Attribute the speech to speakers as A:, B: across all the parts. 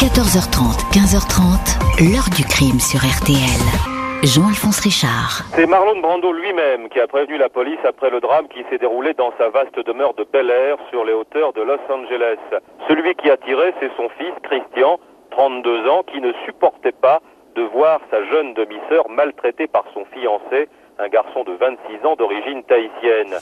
A: 14h30, 15h30, l'heure du crime sur RTL. Jean-Alphonse Richard.
B: C'est Marlon Brando lui-même qui a prévenu la police après le drame qui s'est déroulé dans sa vaste demeure de Bel Air sur les hauteurs de Los Angeles. Celui qui a tiré, c'est son fils Christian, 32 ans, qui ne supportait pas de voir sa jeune demi-sœur maltraitée par son fiancé, un garçon de 26 ans d'origine tahitienne.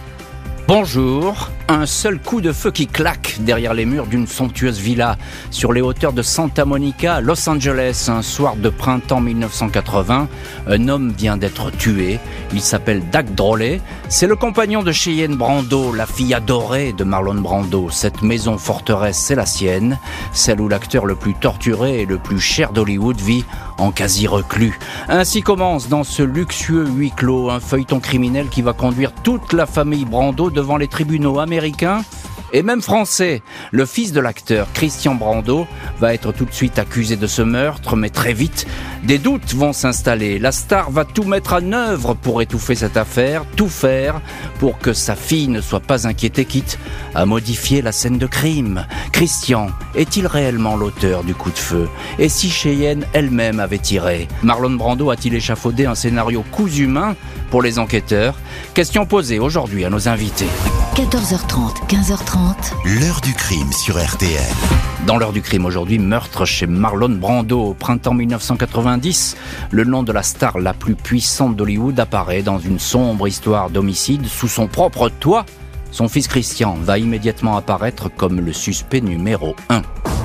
C: Bonjour, un seul coup de feu qui claque derrière les murs d'une somptueuse villa sur les hauteurs de Santa Monica, à Los Angeles, un soir de printemps 1980. Un homme vient d'être tué, il s'appelle Dag Drolet, c'est le compagnon de Cheyenne Brando, la fille adorée de Marlon Brando. Cette maison forteresse, c'est la sienne, celle où l'acteur le plus torturé et le plus cher d'Hollywood vit en quasi-reclus. Ainsi commence dans ce luxueux huis clos un feuilleton criminel qui va conduire toute la famille Brando devant les tribunaux américains et même français. Le fils de l'acteur, Christian Brando, va être tout de suite accusé de ce meurtre, mais très vite, des doutes vont s'installer. La star va tout mettre en œuvre pour étouffer cette affaire, tout faire pour que sa fille ne soit pas inquiétée, quitte à modifier la scène de crime. Christian est-il réellement l'auteur du coup de feu? Et si Cheyenne elle-même avait tiré? Marlon Brando a-t-il échafaudé un scénario cousu main pour les enquêteurs? Question posée aujourd'hui à nos invités.
A: 14h30, 15h30.
D: L'heure du crime sur RTL.
C: Dans l'heure du crime aujourd'hui, meurtre chez Marlon Brando. Au printemps 1990, le nom de la star la plus puissante d'Hollywood apparaît dans une sombre histoire d'homicide sous son propre toit. Son fils Christian va immédiatement apparaître comme le suspect numéro 1.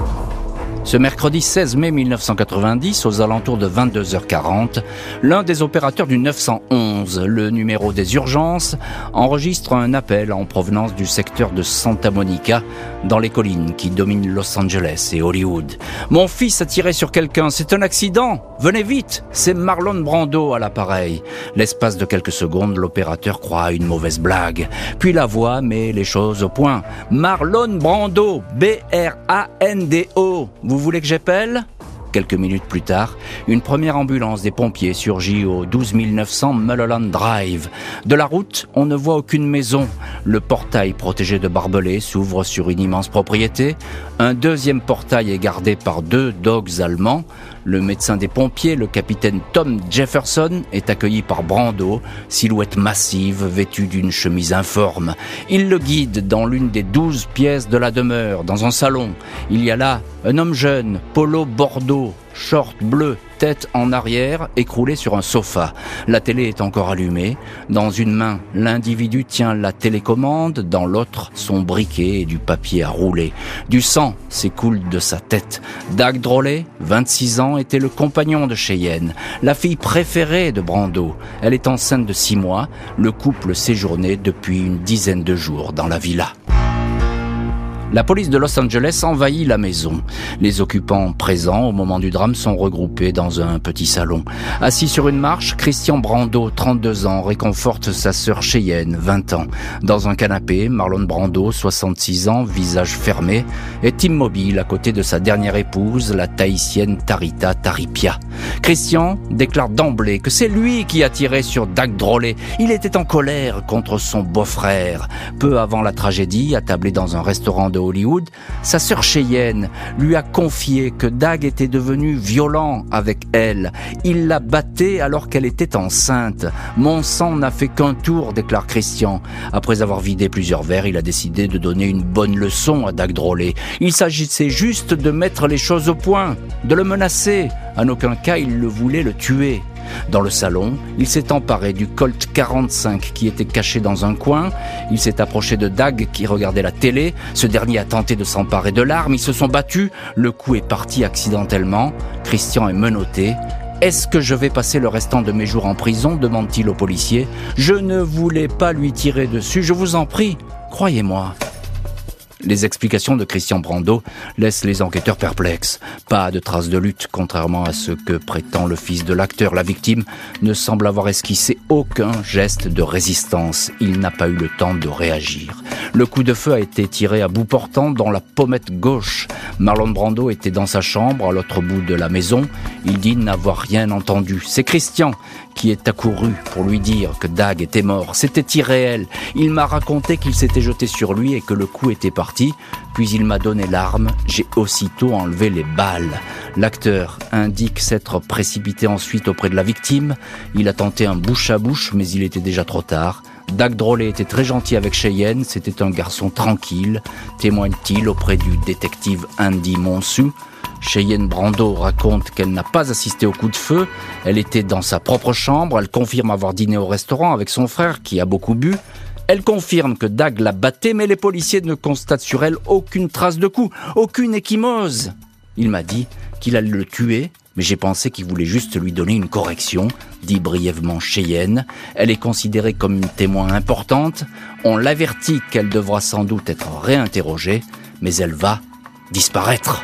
C: Ce mercredi 16 mai 1990, aux alentours de 22h40, l'un des opérateurs du 911, le numéro des urgences, enregistre un appel en provenance du secteur de Santa Monica, dans les collines qui dominent Los Angeles et Hollywood. « Mon fils a tiré sur quelqu'un, c'est un accident. Venez vite, c'est Marlon Brando à l'appareil. » L'espace de quelques secondes, l'opérateur croit à une mauvaise blague. Puis la voix met les choses au point. « Marlon Brando, B-R-A-N-D-O. Vous voulez que j'appelle ? » Quelques minutes plus tard, une première ambulance des pompiers surgit au 12900 Mulholland Drive. De la route, on ne voit aucune maison. Le portail protégé de barbelés s'ouvre sur une immense propriété. Un deuxième portail est gardé par 2 dogs allemands. Le médecin des pompiers, le capitaine Tom Jefferson, est accueilli par Brando, silhouette massive, vêtue d'une chemise informe. Il le guide dans l'une des 12 pièces de la demeure, dans un salon. Il y a là un homme jeune, polo bordeaux, short bleu, tête en arrière, écroulé sur un sofa. La télé est encore allumée. Dans une main, l'individu tient la télécommande, dans l'autre, son briquet et du papier à rouler. Du sang s'écoule de sa tête. Dag Drolet, 26 ans, était le compagnon de Cheyenne, la fille préférée de Brando. Elle est enceinte de 6 mois. Le couple séjournait depuis une dizaine de jours dans la villa. La police de Los Angeles envahit la maison. Les occupants présents au moment du drame sont regroupés dans un petit salon. Assis sur une marche, Christian Brando, 32 ans, réconforte sa sœur Cheyenne, 20 ans. Dans un canapé, Marlon Brando, 66 ans, visage fermé, est immobile à côté de sa dernière épouse, la tahitienne Tarita Taripia. Christian déclare d'emblée que c'est lui qui a tiré sur Dag Drolet. Il était en colère contre son beau-frère. Peu avant la tragédie, attablé dans un restaurant de Hollywood, sa sœur Cheyenne lui a confié que Dag était devenu violent avec elle. Il la battait alors qu'elle était enceinte. « Mon sang n'a fait qu'un tour », déclare Christian. Après avoir vidé plusieurs verres, il a décidé de donner une bonne leçon à Dag Drolet. Il s'agissait juste de mettre les choses au point, de le menacer. En aucun cas, il ne voulait le tuer. Dans le salon, il s'est emparé du Colt 45 qui était caché dans un coin. Il s'est approché de Dag qui regardait la télé. Ce dernier a tenté de s'emparer de l'arme. Ils se sont battus. Le coup est parti accidentellement. Christian est menotté. « Est-ce que je vais passer le restant de mes jours en prison ?» demande-t-il au policier. « Je ne voulais pas lui tirer dessus, je vous en prie, croyez-moi. » Les explications de Christian Brando laissent les enquêteurs perplexes. Pas de traces de lutte, contrairement à ce que prétend le fils de l'acteur. La victime ne semble avoir esquissé aucun geste de résistance. Il n'a pas eu le temps de réagir. Le coup de feu a été tiré à bout portant dans la pommette gauche. Marlon Brando était dans sa chambre, à l'autre bout de la maison. Il dit n'avoir rien entendu. C'est Christian qui est accouru pour lui dire que Dag était mort. C'était irréel. Il m'a raconté qu'il s'était jeté sur lui et que le coup était parti. Puis il m'a donné l'arme. J'ai aussitôt enlevé les balles. L'acteur indique s'être précipité ensuite auprès de la victime. Il a tenté un bouche à bouche, mais il était déjà trop tard. Dag Drolet était très gentil avec Cheyenne. C'était un garçon tranquille, témoigne-t-il auprès du détective Andy Monsu. Cheyenne Brando raconte qu'elle n'a pas assisté au coup de feu. Elle était dans sa propre chambre. Elle confirme avoir dîné au restaurant avec son frère qui a beaucoup bu. Elle confirme que Dag l'a batté, mais les policiers ne constatent sur elle aucune trace de coup, aucune ecchymose. Il m'a dit qu'il allait le tuer, mais j'ai pensé qu'il voulait juste lui donner une correction, dit brièvement Cheyenne. Elle est considérée comme une témoin importante. On l'avertit qu'elle devra sans doute être réinterrogée, mais elle va disparaître.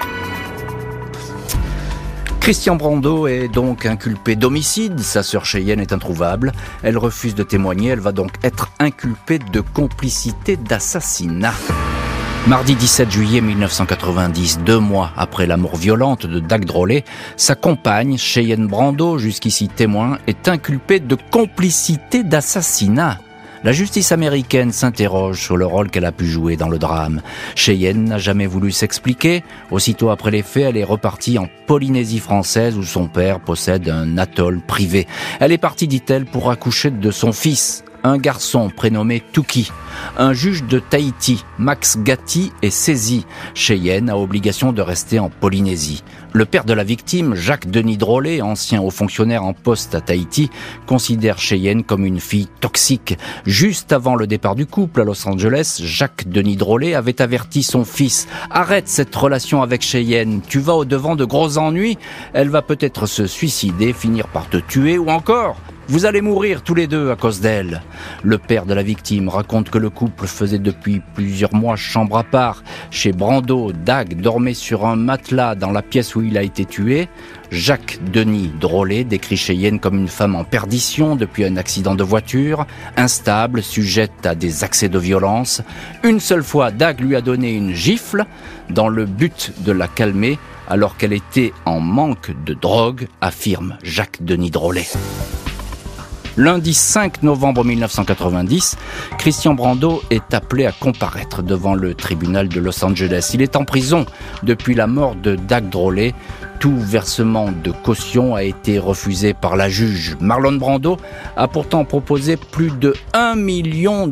C: Christian Brando est donc inculpé d'homicide. Sa sœur Cheyenne est introuvable. Elle refuse de témoigner. Elle va donc être inculpée de complicité d'assassinat. Mardi 17 juillet 1990, 2 mois après la mort violente de Dag Drolet, sa compagne, Cheyenne Brando, jusqu'ici témoin, est inculpée de complicité d'assassinat. La justice américaine s'interroge sur le rôle qu'elle a pu jouer dans le drame. Cheyenne n'a jamais voulu s'expliquer. Aussitôt après les faits, elle est repartie en Polynésie française où son père possède un atoll privé. Elle est partie, dit-elle, pour accoucher de son fils, un garçon prénommé Touki. Un juge de Tahiti, Max Gatti, est saisi. Cheyenne a obligation de rester en Polynésie. Le père de la victime, Jacques-Denis Drolet, ancien haut fonctionnaire en poste à Tahiti, considère Cheyenne comme une fille toxique. Juste avant le départ du couple à Los Angeles, Jacques-Denis Drolet avait averti son fils « Arrête cette relation avec Cheyenne, tu vas au-devant de gros ennuis, elle va peut-être se suicider, finir par te tuer ou encore... Vous allez mourir tous les deux à cause d'elle. » Le père de la victime raconte que le couple faisait depuis plusieurs mois chambre à part. Chez Brando, Dag dormait sur un matelas dans la pièce où il a été tué. Jacques-Denis Drolet décrit Cheyenne comme une femme en perdition depuis un accident de voiture, instable, sujette à des accès de violence. Une seule fois, Dag lui a donné une gifle dans le but de la calmer alors qu'elle était en manque de drogue, affirme Jacques-Denis Drolet. Lundi 5 novembre 1990, Christian Brando est appelé à comparaître devant le tribunal de Los Angeles. Il est en prison depuis la mort de Dag Drolet. Tout versement de caution a été refusé par la juge. Marlon Brando a pourtant proposé plus de $1 million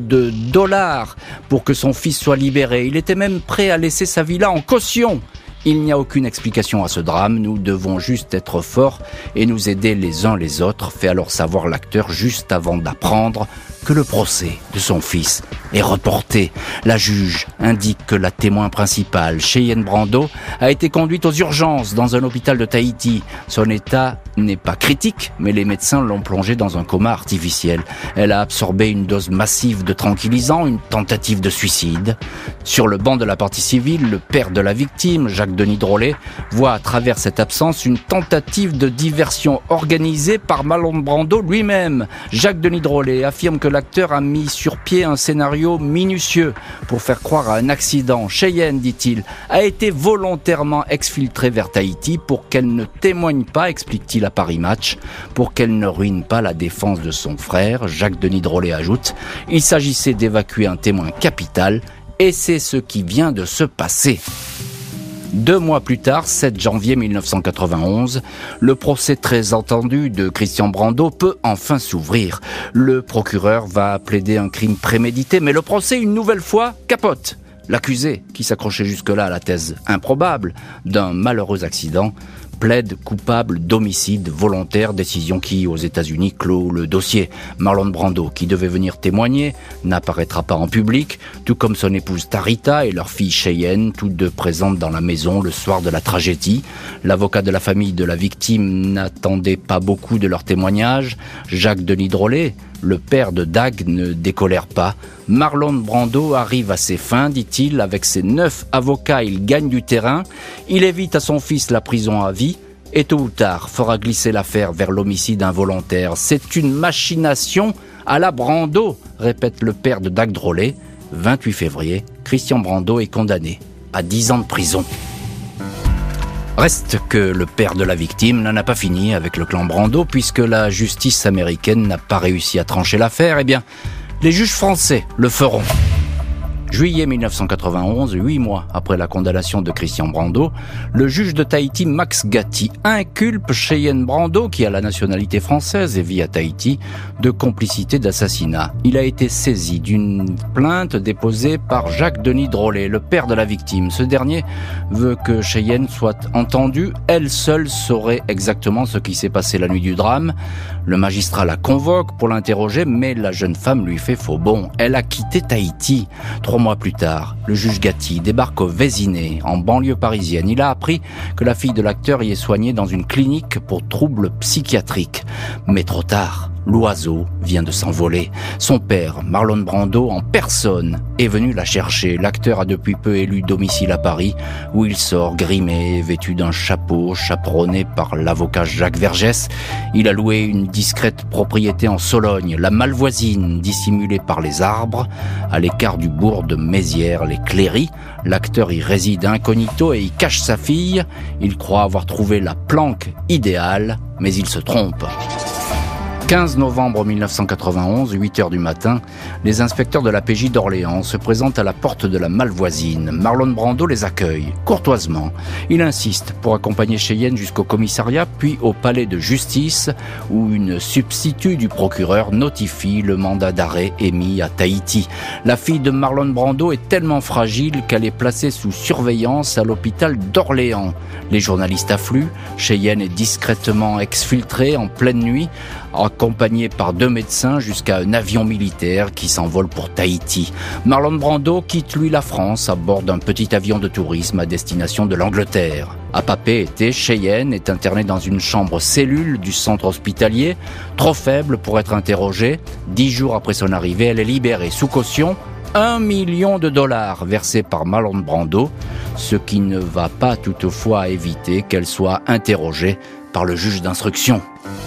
C: pour que son fils soit libéré. Il était même prêt à laisser sa villa en caution. Il n'y a aucune explication à ce drame, nous devons juste être forts et nous aider les uns les autres, fait alors savoir l'acteur juste avant d'apprendre que le procès de son fils est reporté. La juge indique que la témoin principale, Cheyenne Brando, a été conduite aux urgences dans un hôpital de Tahiti. Son état n'est pas critique, mais les médecins l'ont plongée dans un coma artificiel. Elle a absorbé une dose massive de tranquillisants, une tentative de suicide. Sur le banc de la partie civile, le père de la victime, Jacques-Denis Drolet, voit à travers cette absence une tentative de diversion organisée par Marlon Brando lui-même. Jacques-Denis Drolet affirme que l'acteur a mis sur pied un scénario minutieux pour faire croire à un accident. Cheyenne, dit-il, a été volontairement exfiltrée vers Tahiti pour qu'elle ne témoigne pas, explique-t-il à Paris Match, pour qu'elle ne ruine pas la défense de son frère. Jacques-Denis Drolet ajoute, il s'agissait d'évacuer un témoin capital et c'est ce qui vient de se passer. 2 mois plus tard, 7 janvier 1991, le procès très attendu de Christian Brando peut enfin s'ouvrir. Le procureur va plaider un crime prémédité, mais le procès, une nouvelle fois, capote. L'accusé, qui s'accrochait jusque-là à la thèse improbable d'un malheureux accident, plaide coupable d'homicide volontaire, décision qui, aux États-Unis, clôt le dossier. Marlon Brando, qui devait venir témoigner, n'apparaîtra pas en public, tout comme son épouse Tarita et leur fille Cheyenne, toutes deux présentes dans la maison le soir de la tragédie. L'avocat de la famille de la victime n'attendait pas beaucoup de leur témoignage. Jacques-Denis Drolet, le père de Dag, ne décolère pas. Marlon Brando arrive à ses fins, dit-il, avec ses 9 avocats, il gagne du terrain. Il évite à son fils la prison à vie et tôt ou tard fera glisser l'affaire vers l'homicide involontaire. C'est une machination à la Brando, répète le père de Dag Drolet. 28 février, Christian Brando est condamné à 10 ans de prison. Reste que le père de la victime n'en a pas fini avec le clan Brando, puisque la justice américaine n'a pas réussi à trancher l'affaire. Eh bien, les juges français le feront. Juillet 1991, 8 mois après la condamnation de Christian Brando, le juge de Tahiti, Max Gatti, inculpe Cheyenne Brando, qui a la nationalité française et vit à Tahiti, de complicité d'assassinat. Il a été saisi d'une plainte déposée par Jacques-Denis Drolet, le père de la victime. Ce dernier veut que Cheyenne soit entendue. Elle seule saurait exactement ce qui s'est passé la nuit du drame. Le magistrat la convoque pour l'interroger, mais la jeune femme lui fait faux bond. Elle a quitté Tahiti. 3 mois plus tard, le juge Gatti débarque au Vésiné, en banlieue parisienne. Il a appris que la fille de l'acteur y est soignée dans une clinique pour troubles psychiatriques. Mais trop tard, l'oiseau vient de s'envoler. Son père, Marlon Brando, en personne, est venu la chercher. L'acteur a depuis peu élu domicile à Paris, où il sort grimé, vêtu d'un chapeau, chaperonné par l'avocat Jacques Vergès. Il a loué une discrète propriété en Sologne, la Malvoisine, dissimulée par les arbres, à l'écart du bourg de Mézières, les Cléry. L'acteur y réside incognito et y cache sa fille. Il croit avoir trouvé la planque idéale, mais il se trompe. 15 novembre 1991, 8h du matin, les inspecteurs de la PJ d'Orléans se présentent à la porte de la Malvoisine. Marlon Brando les accueille, courtoisement. Il insiste pour accompagner Cheyenne jusqu'au commissariat, puis au palais de justice, où une substitut du procureur notifie le mandat d'arrêt émis à Tahiti. La fille de Marlon Brando est tellement fragile qu'elle est placée sous surveillance à l'hôpital d'Orléans. Les journalistes affluent, Cheyenne est discrètement exfiltrée en pleine nuit, accompagné par 2 médecins jusqu'à un avion militaire qui s'envole pour Tahiti. Marlon Brando quitte lui la France à bord d'un petit avion de tourisme à destination de l'Angleterre. À Papeete, Cheyenne est internée dans une chambre cellule du centre hospitalier, trop faible pour être interrogée. 10 jours après son arrivée, elle est libérée sous caution. $1 million versés par Marlon Brando, ce qui ne va pas toutefois éviter qu'elle soit interrogée par le juge d'instruction.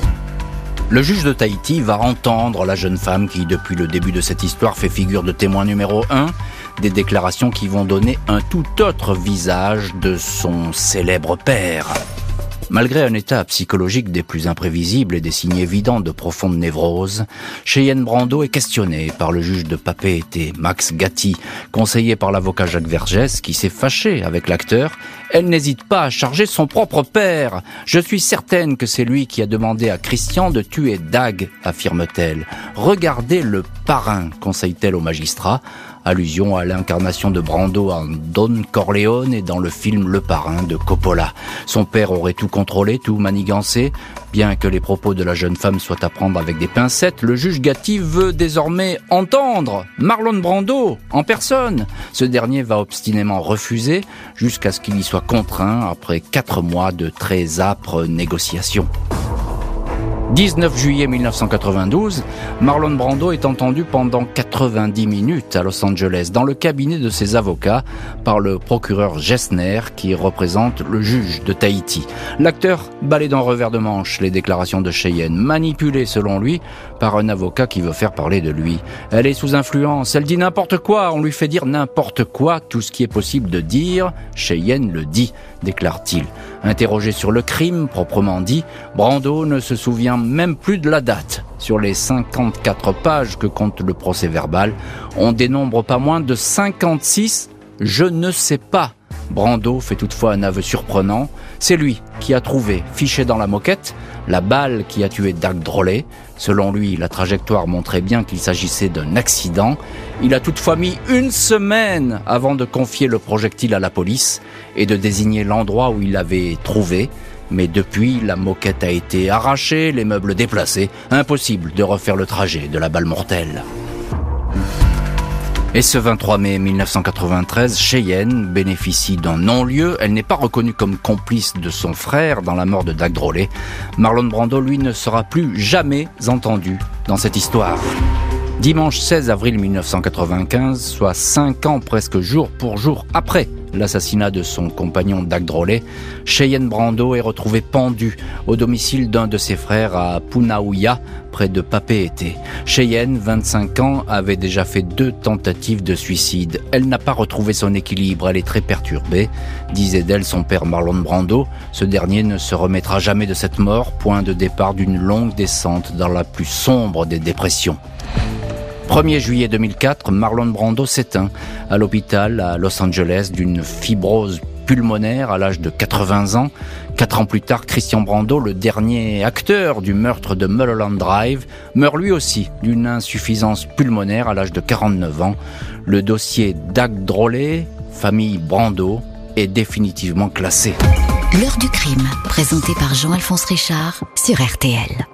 C: Le juge de Tahiti va entendre la jeune femme qui, depuis le début de cette histoire, fait figure de témoin numéro 1, des déclarations qui vont donner un tout autre visage de son célèbre père. Malgré un état psychologique des plus imprévisibles et des signes évidents de profonde névrose, Cheyenne Brando est questionnée par le juge de Papeete, Max Gatti, conseillé par l'avocat Jacques Vergès, qui s'est fâché avec l'acteur. Elle n'hésite pas à charger son propre père. « Je suis certaine que c'est lui qui a demandé à Christian de tuer Dag », affirme-t-elle. « Regardez le parrain », conseille-t-elle au magistrat. Allusion à l'incarnation de Brando en Don Corleone et dans le film Le Parrain de Coppola. Son père aurait tout contrôlé, tout manigancé. Bien que les propos de la jeune femme soient à prendre avec des pincettes, le juge Gatti veut désormais entendre Marlon Brando en personne. Ce dernier va obstinément refuser jusqu'à ce qu'il y soit contraint après 4 mois de très âpres négociations. 19 juillet 1992, Marlon Brando est entendu pendant 90 minutes à Los Angeles, dans le cabinet de ses avocats, par le procureur Gessner, qui représente le juge de Tahiti. L'acteur balaie d'un revers de manche les déclarations de Cheyenne, manipulées selon lui par un avocat qui veut faire parler de lui. Elle est sous influence, elle dit n'importe quoi, on lui fait dire n'importe quoi, tout ce qui est possible de dire, Cheyenne le dit, déclare-t-il. Interrogé sur le crime, proprement dit, Brando ne se souvient même plus de la date. Sur les 54 pages que compte le procès verbal, on dénombre pas moins de 56 « je ne sais pas ». Brando fait toutefois un aveu surprenant. C'est lui qui a trouvé, fiché dans la moquette, la balle qui a tué Dag Drolet. Selon lui, la trajectoire montrait bien qu'il s'agissait d'un accident. Il a toutefois mis 1 semaine avant de confier le projectile à la police et de désigner l'endroit où il l'avait trouvé. Mais depuis, la moquette a été arrachée, les meubles déplacés. Impossible de refaire le trajet de la balle mortelle. Et ce 23 mai 1993, Cheyenne bénéficie d'un non-lieu. Elle n'est pas reconnue comme complice de son frère dans la mort de Dag Drolet. Marlon Brando, lui, ne sera plus jamais entendu dans cette histoire. Dimanche 16 avril 1995, soit 5 ans presque jour pour jour après l'assassinat de son compagnon Dag Drolet, Cheyenne Brando est retrouvé pendu au domicile d'un de ses frères à Punaouia, près de Papeete. Cheyenne, 25 ans, avait déjà fait 2 tentatives de suicide. Elle n'a pas retrouvé son équilibre, elle est très perturbée, disait d'elle son père Marlon Brando. Ce dernier ne se remettra jamais de cette mort, point de départ d'une longue descente dans la plus sombre des dépressions. 1er juillet 2004, Marlon Brando s'éteint à l'hôpital à Los Angeles d'une fibrose pulmonaire à l'âge de 80 ans. 4 ans plus tard, Christian Brando, le dernier acteur du meurtre de Mulholland Drive, meurt lui aussi d'une insuffisance pulmonaire à l'âge de 49 ans. Le dossier Dag Drolet, famille Brando, est définitivement classé.
A: L'heure du crime, présenté par Jean-Alphonse Richard sur RTL.